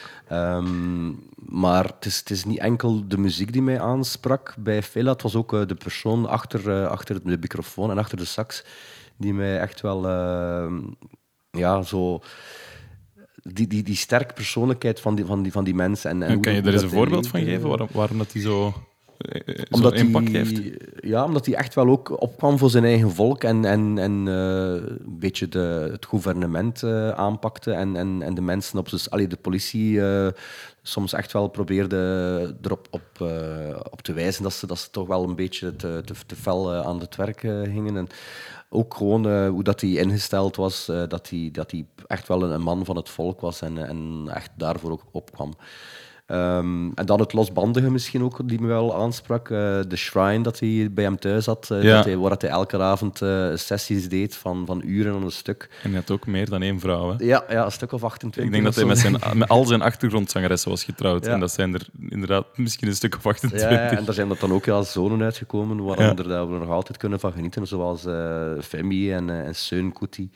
Um, maar het is, het is niet enkel de muziek die mij aansprak bij Fela. Het was ook uh, de persoon achter, uh, achter de microfoon en achter de sax die mij echt wel... Uh, ja, zo... Die, die, die sterke persoonlijkheid van die, van die, van die mensen. En, en En hoe kan je dat- er hoe eens een dat hij voorbeeld van leefde. geven waarom, waarom dat die zo, eh, zo'n Omdat impact hij, heeft? ja, omdat hij echt wel ook opkwam voor zijn eigen volk en, en, en uh, een beetje de, het gouvernement uh, aanpakte en, en, en de mensen op z'n... Allee, de politie uh, soms echt wel probeerde erop op, uh, op te wijzen dat ze, dat ze toch wel een beetje te, te, te fel uh, aan het werk uh, gingen. En ook gewoon uh, hoe dat hij ingesteld was, uh, dat, hij, dat hij echt wel een, een man van het volk was en, en echt daarvoor ook opkwam. Um, en dan het losbandige misschien ook, die me wel aansprak. Uh, de Shrine dat hij bij hem thuis had, uh, Ja. dat hij, waar dat hij elke avond uh, sessies deed van, van uren aan een stuk. En hij had ook meer dan één vrouw. Hè? Ja, ja, een stuk of achtentwintig. Ik denk dat hij of met, zo. zijn, met al zijn achtergrondzangeressen was getrouwd. Ja. En dat zijn er inderdaad misschien een stuk of Ja, achtentwintig. ja, en daar zijn er dan ook ja, zonen uitgekomen, Ja. waaronder dat we nog altijd kunnen van genieten, zoals uh, Femi en, uh, en Seun Kuti.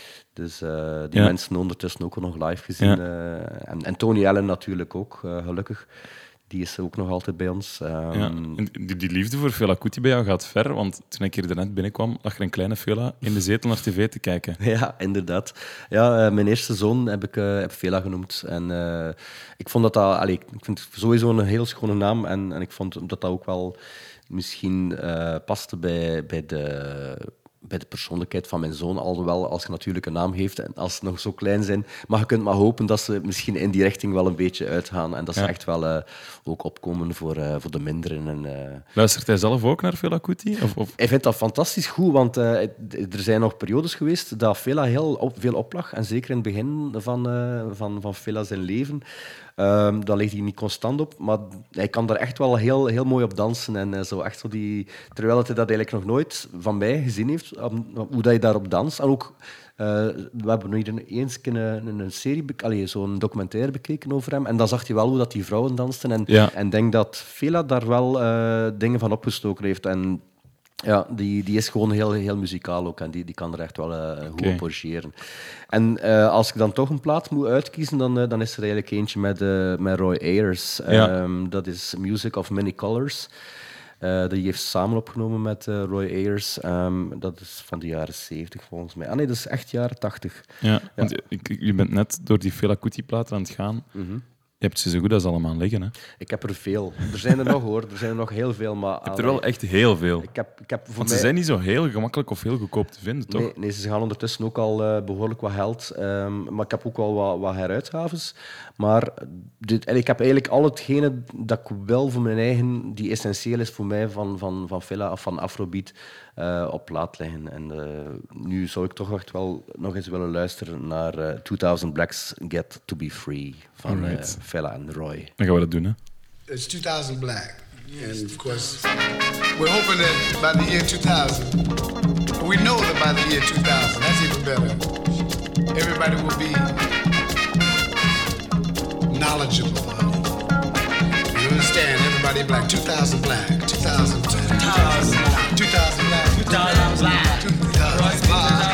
Dus uh, die Ja. mensen ondertussen ook nog live gezien. Ja. Uh, en, en Tony Allen natuurlijk ook, uh, gelukkig. Die is ook nog altijd bij ons. Um, Ja. En die, die liefde voor Fela Kuti bij jou gaat ver, want toen ik hier net binnenkwam, lag er een kleine Fela in de zetel naar tv te kijken. Ja, inderdaad. Ja, uh, mijn eerste zoon heb ik uh, heb Fela genoemd. En uh, ik vond dat dat... Allee, ik vind het sowieso een heel schone naam. En, en ik vond dat dat ook wel misschien uh, paste bij, bij de... bij de persoonlijkheid van mijn zoon, alhoewel als je natuurlijk een naam heeft en als ze nog zo klein zijn, maar je kunt maar hopen dat ze misschien in die richting wel een beetje uitgaan en dat ze Ja. echt wel uh, ook opkomen voor, uh, voor de minderen. En, uh, Luistert hij zelf ook naar Fela Kuti? Of, of... hij vindt dat fantastisch goed, want uh, er zijn nog periodes geweest dat Fela heel op, veel oplag. En zeker in het begin van, uh, van, van Fela zijn leven. Um, daar ligt hij niet constant op, maar hij kan daar echt wel heel, heel mooi op dansen. En, uh, zo echt zo die, terwijl hij dat eigenlijk nog nooit van mij gezien heeft, um, hoe dat je daarop danst. En ook, uh, we hebben nog eens een, een, een serie, allee, zo'n documentaire bekeken over hem. En dan zag je wel hoe dat die vrouwen dansten. En Ja. en denk dat Fela daar wel uh, dingen van opgestoken heeft. En ja, die, die is gewoon heel, heel muzikaal ook. En die, die kan er echt wel uh, goed Oké. op porgeren. En uh, als ik dan toch een plaat moet uitkiezen, dan, uh, dan is er eigenlijk eentje met, uh, met Roy Ayers. Ja. Um, dat is Music of Many Colors. Uh, die heeft samen opgenomen met uh, Roy Ayers. Um, dat is van de jaren zeventig volgens mij. Ah nee, dat is echt jaren tachtig. Ja, want je, je bent net door die Fela Kuti-platen aan het gaan. Je hebt ze zo goed als allemaal liggen. Hè? Je Ik heb er veel. Er zijn er nog hoor, er zijn er nog heel veel. Maar, hebt er wel echt heel veel. Ik heb, ik heb voor Want mij... ze zijn niet zo heel gemakkelijk of heel goedkoop te vinden, toch? Nee, nee, ze gaan ondertussen ook al uh, behoorlijk wat geld. Um, maar ik heb ook wel wat, wat heruitgaves. Maar dit, en ik heb eigenlijk al hetgene dat ik wil voor mijn eigen, die essentieel is voor mij van, van, van Fela of van Afrobeat, uh, op plaat liggen. En uh, nu zou ik toch echt wel nog eens willen luisteren naar uh, tweeduizend Blacks Get To Be Free van uh, Alright. Fela en Roy. Dan gaan we dat doen, hè? It's two thousand black. And of course, we're hoping that by the year two thousand, we know that by the year two thousand, that's even better, everybody will be knowledgeable. You understand? Everybody black. two thousand black. two thousand black. two thousand black. two thousand black. two thousand black. two thousand black.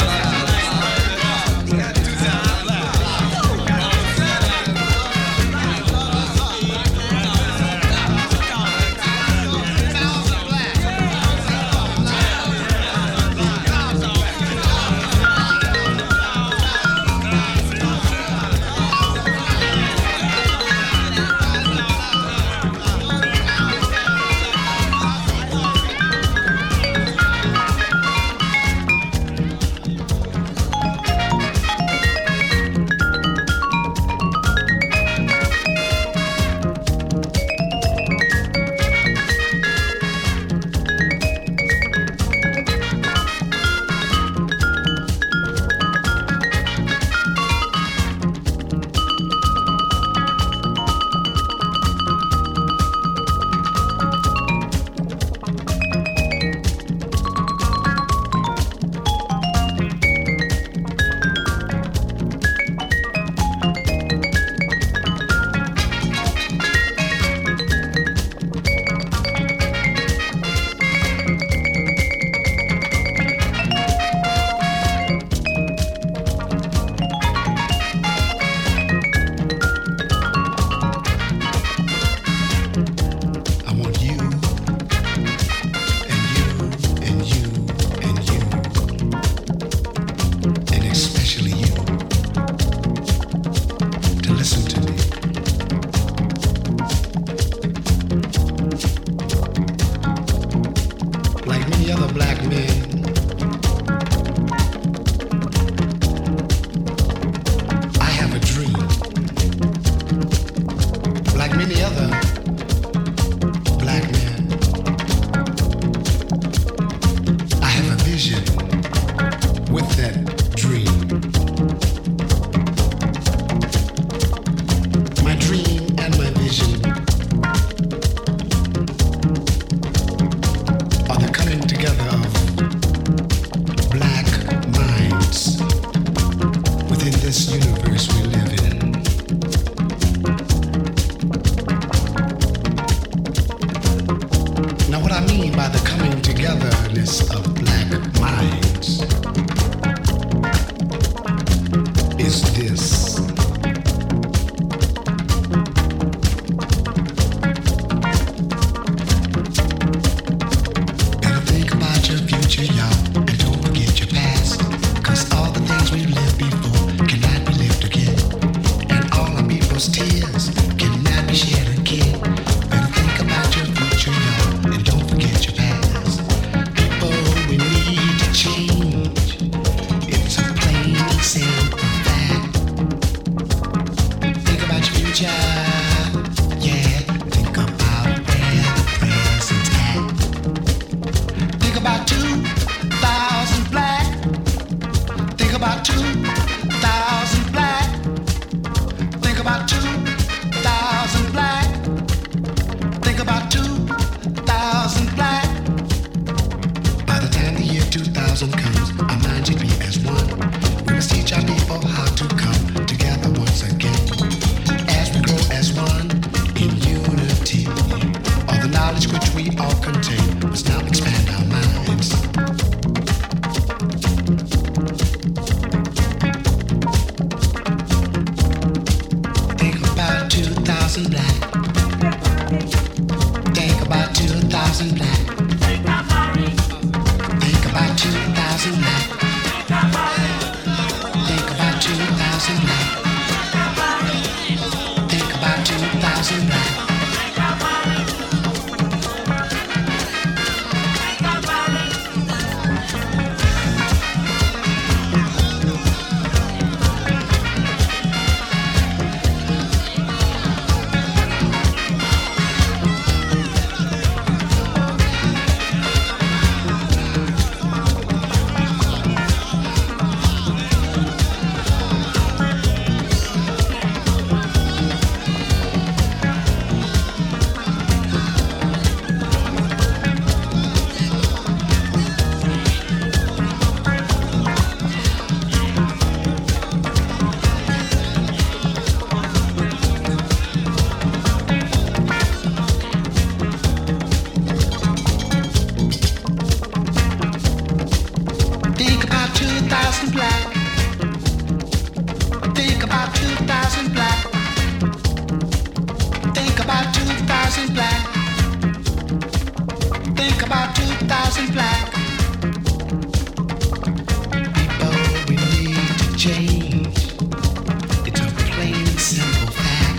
many other black men, I have a vision with that dream. My dream and my vision are the coming together of black minds within this universe we live in. Now what I mean by the coming togetherness of black minds is this. Better think about your future, y'all, and don't forget your past. Cause all the things we've lived before cannot be lived again. And all our people's tears cannot be shed again. Better think about your future, y'all, and don't forget your past. People, we need to change. It's a plain and simple fact. Think about your future, yeah. Think about where the present's at. Think about two thousand black. Think about two thousand black. Think about two thousand black. Think about two thousand black. By the time the year two thousand comes, our minds should be as one. We must teach our people how to come together once again. As we grow as one in unity, all the knowledge which we all contain must now expand our minds. Think about two thousand black. Think about two thousand black. Think about two thousand black. Think about two thousand black. Think about two thousand black. Think about two thousand black. Think about two thousand black. Think about two thousand black. Think about two thousand black. People, we need to change. It's a plain simple fact.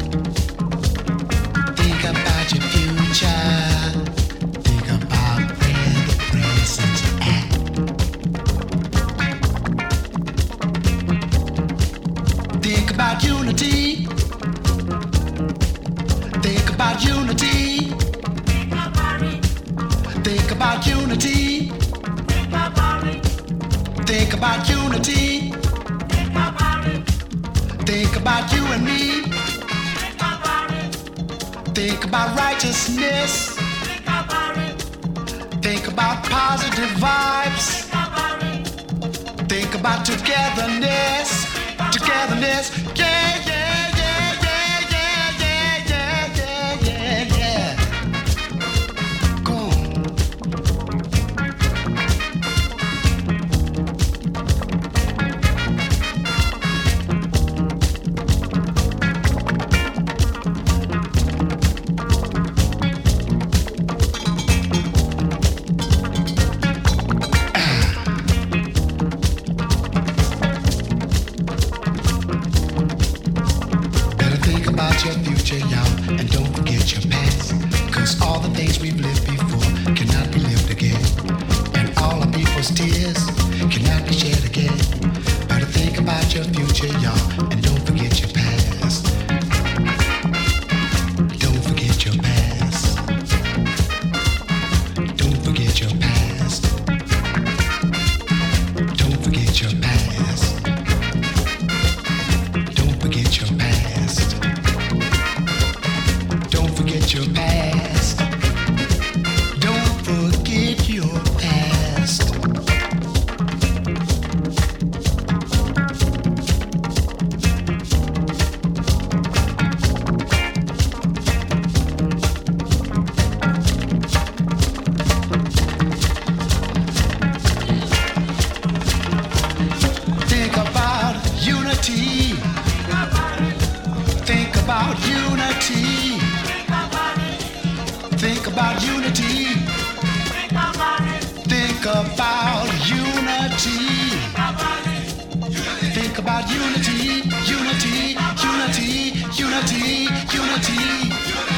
Think about your future. Think about where the present's at. Think about unity. Think about unity. Think about unity. Think about unity. Think about you and me. Think about righteousness. Think about positive vibes. Think about togetherness. Togetherness. Yeah, yeah, yeah, yeah, yeah, yeah, yeah, yeah, yeah, yeah. Go on. Better think about your future, y'all, and don't forget your past. Cause all the things we've lived before cannot be lived again. And all our people's tears cannot be shed again. Better think about your future, y'all, and don't forget your past. your past. Don't forget your past. Think about unity. Think about unity. Think about unity. Think about unity. Think about unity. Unity. Unity. Unity. Unity.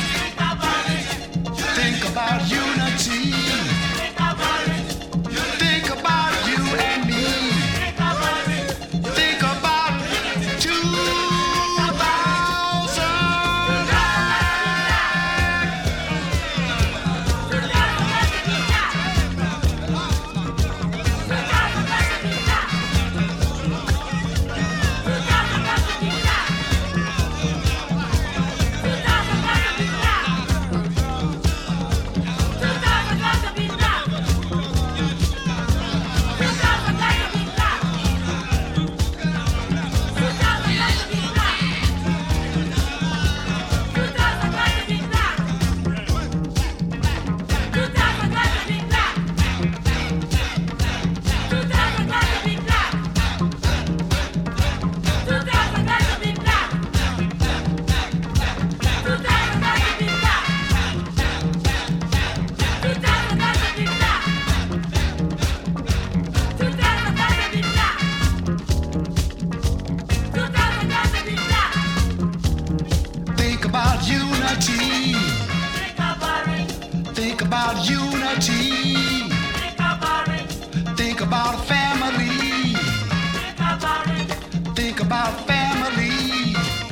Think about unity. Think about you and me. Think about two thousand. Think about unity. Think about unity. Think about family. Think about family.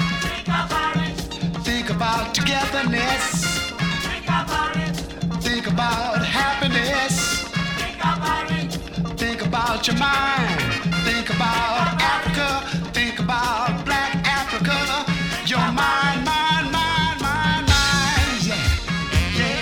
Think about togetherness. Think about happiness. Think about your mind. Think about Africa. Think about black Africa. Your mind, mind, mind, mind, mind. Yeah, yeah.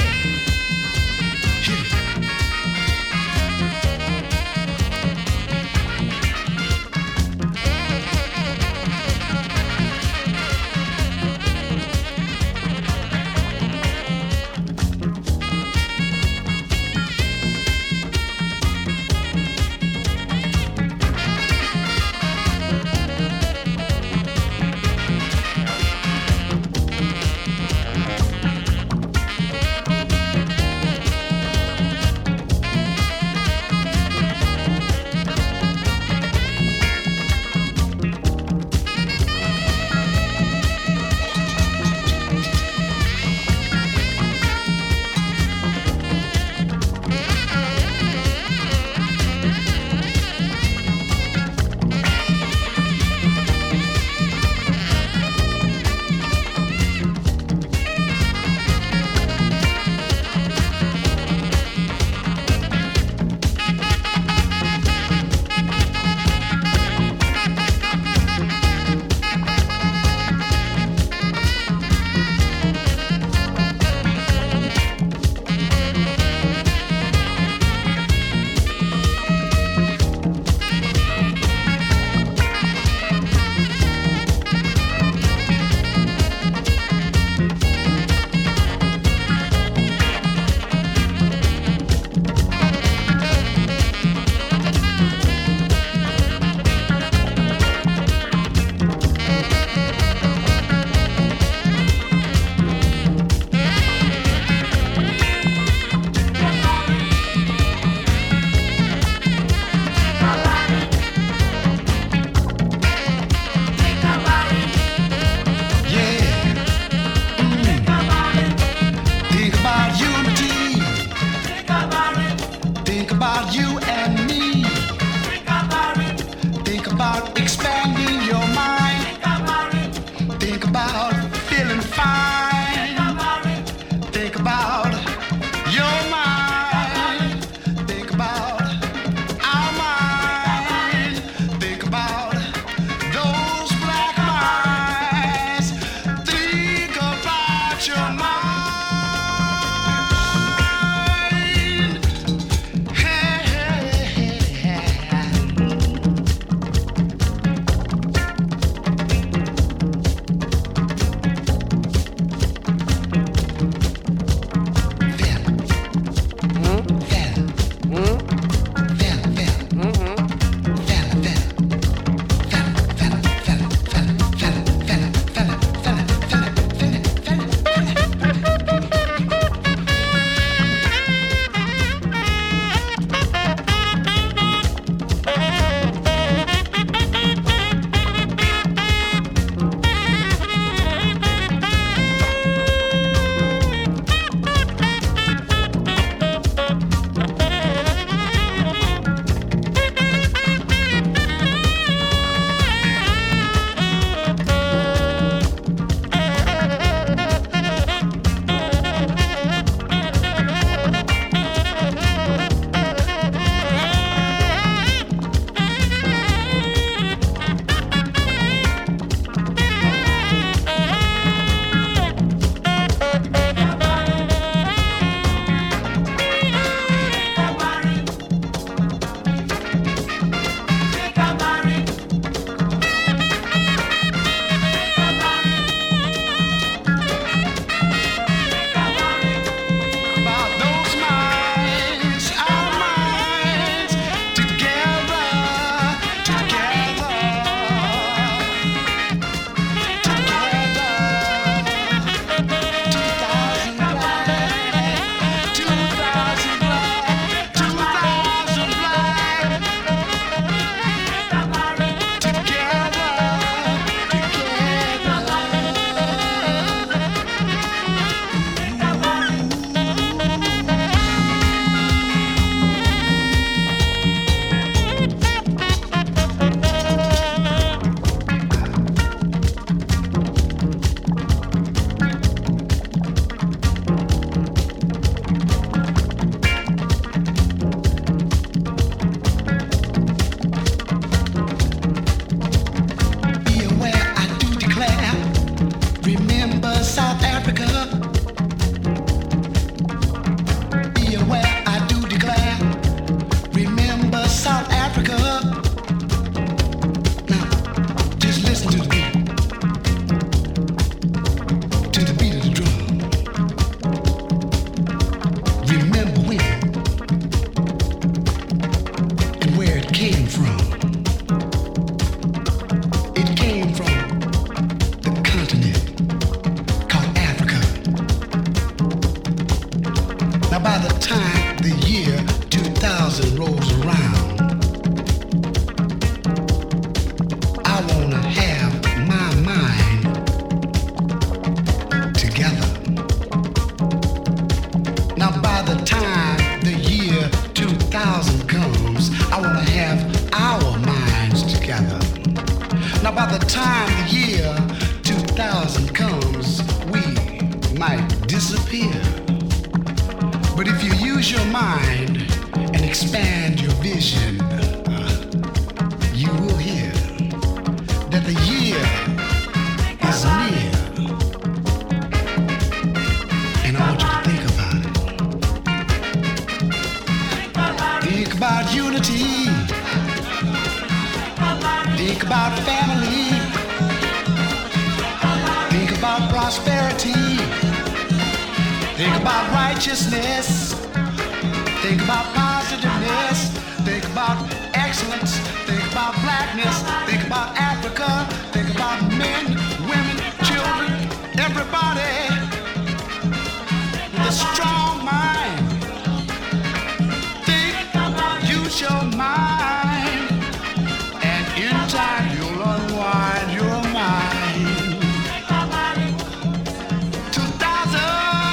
disappear. But if you use your mind and expand your vision, uh, you will hear that the year is near. And I want you to think about it. Think about unity. Think about family. Think about prosperity. Think about righteousness. Think about positiveness. Think about excellence. Think about blackness. Think about Africa. Think about men, women, children, everybody with a strong mind. Think, use your mind, and in time you'll unwind your mind. two thousand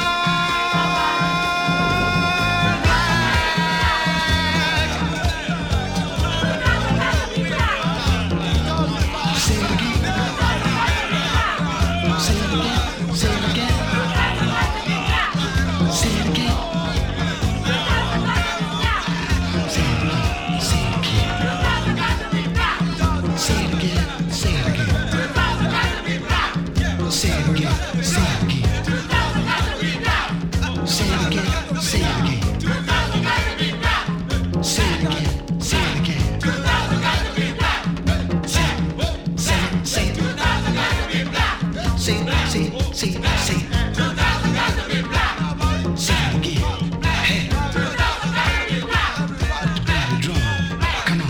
Say it again. Say it again. Say it again. Say it again. Say it again. Say it again. Say it again. Say it again. Say it again. Say it again. Say it again. Say it again. Say it again. Say it again. Say it. Say it. Say it. Say it. Say it. Say it. Say it. Say it again. Hey. Play the drum. Come on.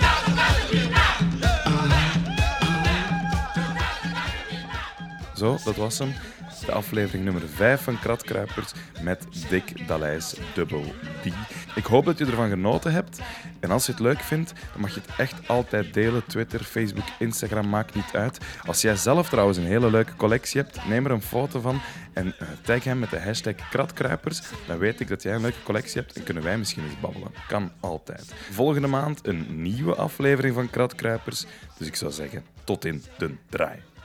Zo, dat was hem. De aflevering nummer vijf van Kratkruipers met Dick Daleys, dubbel D. Ik hoop dat je ervan genoten hebt. En als je het leuk vindt, dan mag je het echt altijd delen. Twitter, Facebook, Instagram, maakt niet uit. Als jij zelf trouwens een hele leuke collectie hebt, neem er een foto van en uh, tag hem met de hashtag Kratkruipers. Dan weet ik dat jij een leuke collectie hebt en kunnen wij misschien eens babbelen. Kan altijd. Volgende maand een nieuwe aflevering van Kratkruipers. Dus ik zou zeggen, tot in de draai.